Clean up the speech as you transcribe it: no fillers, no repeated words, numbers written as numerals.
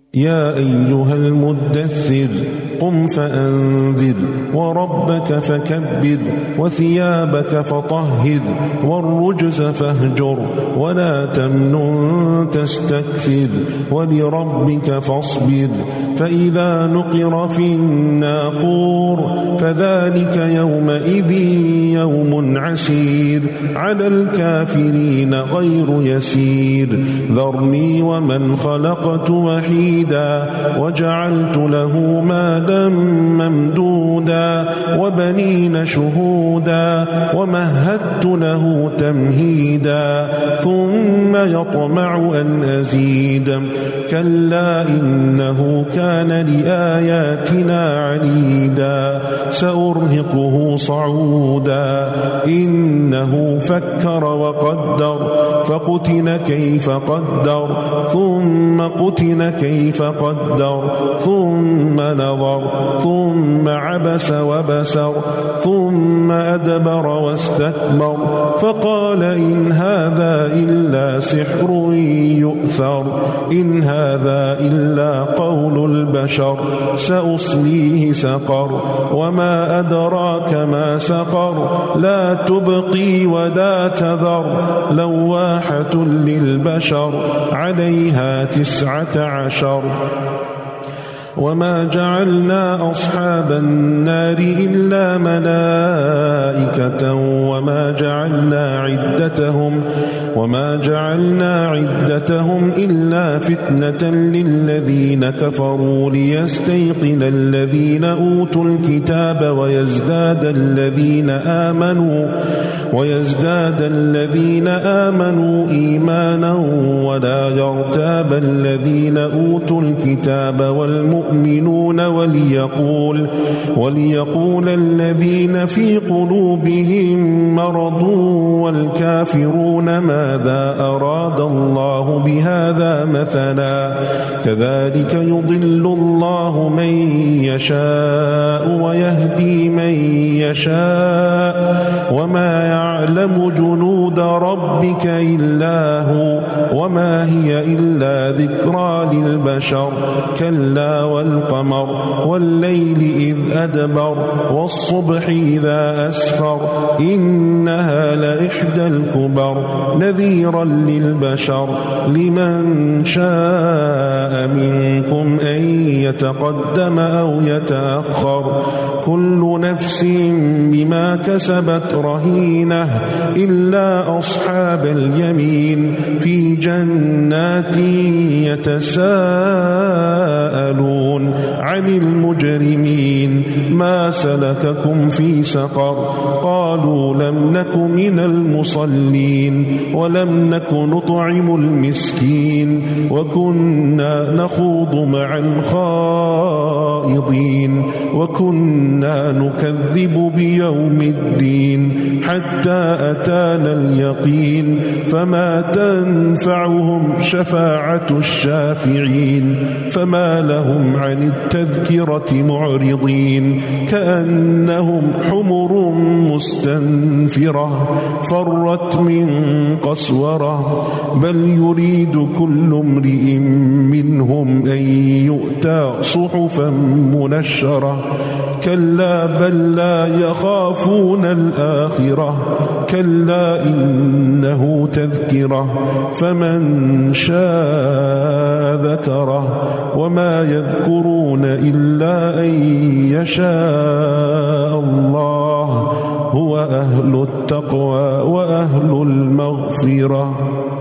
يا أيها المدثر قم فأنذر وربك فكبر وثيابك فطهر والرجز فاهجر ولا تمنن تستكثر ولربك فاصبر فإذا نقر في الناقور فذلك يومئذ يوم عسير على الكافرين غير يسير ذرني ومن خلقت وحيدا وجعلت له مالا ممدودا وبنين شهودا ومهدت له تمهيدا ثم يطمع أن أزيد كلا إنه كان لآياتنا عنيدا سأرهقه صعودا إنه فكر وقدر فقتل كيف قدر ثم قتل كيف قدر ثم نظر ثم عبس وبسر ثم أدبر واستكبر فقال إن هذا إلا سحر يؤثر إن هذا إلا قول البشر سأصليه سقر وما أدراك ما سقر لا تبقي ولا تذر لواحة للبشر عليها 19 وما جعلنا أصحاب النار إلا ملائكة وما جعلنا عدتهم إلا فتنة للذين كفروا ليستيقن الذين أوتوا الكتاب ويزداد الذين آمنوا إيمانا ولا يرتاب الذين أوتوا الكتاب والمؤمنون وليقول الذين في قلوبهم مرض والكافرون ماذا أراد الله بهذا مثلا كذلك يضل الله من يشاء ويهدي من يشاء وما يعلم جنود ربك إلا هو وما هي إلا ذكرى للبشر كلا والقمر والليل إذ أدبر والصبح إذا أسفر إنها لإحدى الكبر نذيرا للبشر لمن شاء منكم أن يتقدم أو يتأخر كل نفس بما كسبت رهينة إلا أصحاب اليمين في جنات يتساءلون عن المجرمين ما سلككم في سقر قالوا لم نك من المصلين ولم نك نطعم المسكين وكنا نخوض مع الخائضين وكنا نكذب بيوم الدين حتى أتانا اليقين فما تنفعهم شفاعة الشافعين فما لهم عن التذكرة معرضين كأنهم حمر مستنفرة فرت من قسورة بل يريد كل امرئ منهم أن يؤتى صحفا منشرة كلا بل لا يخافون الآخرة كلا إنه تذكرة فمن شاء ذكره وما يذكرون إلا أن يشاء الله هو أهل التقوى وأهل المغفرة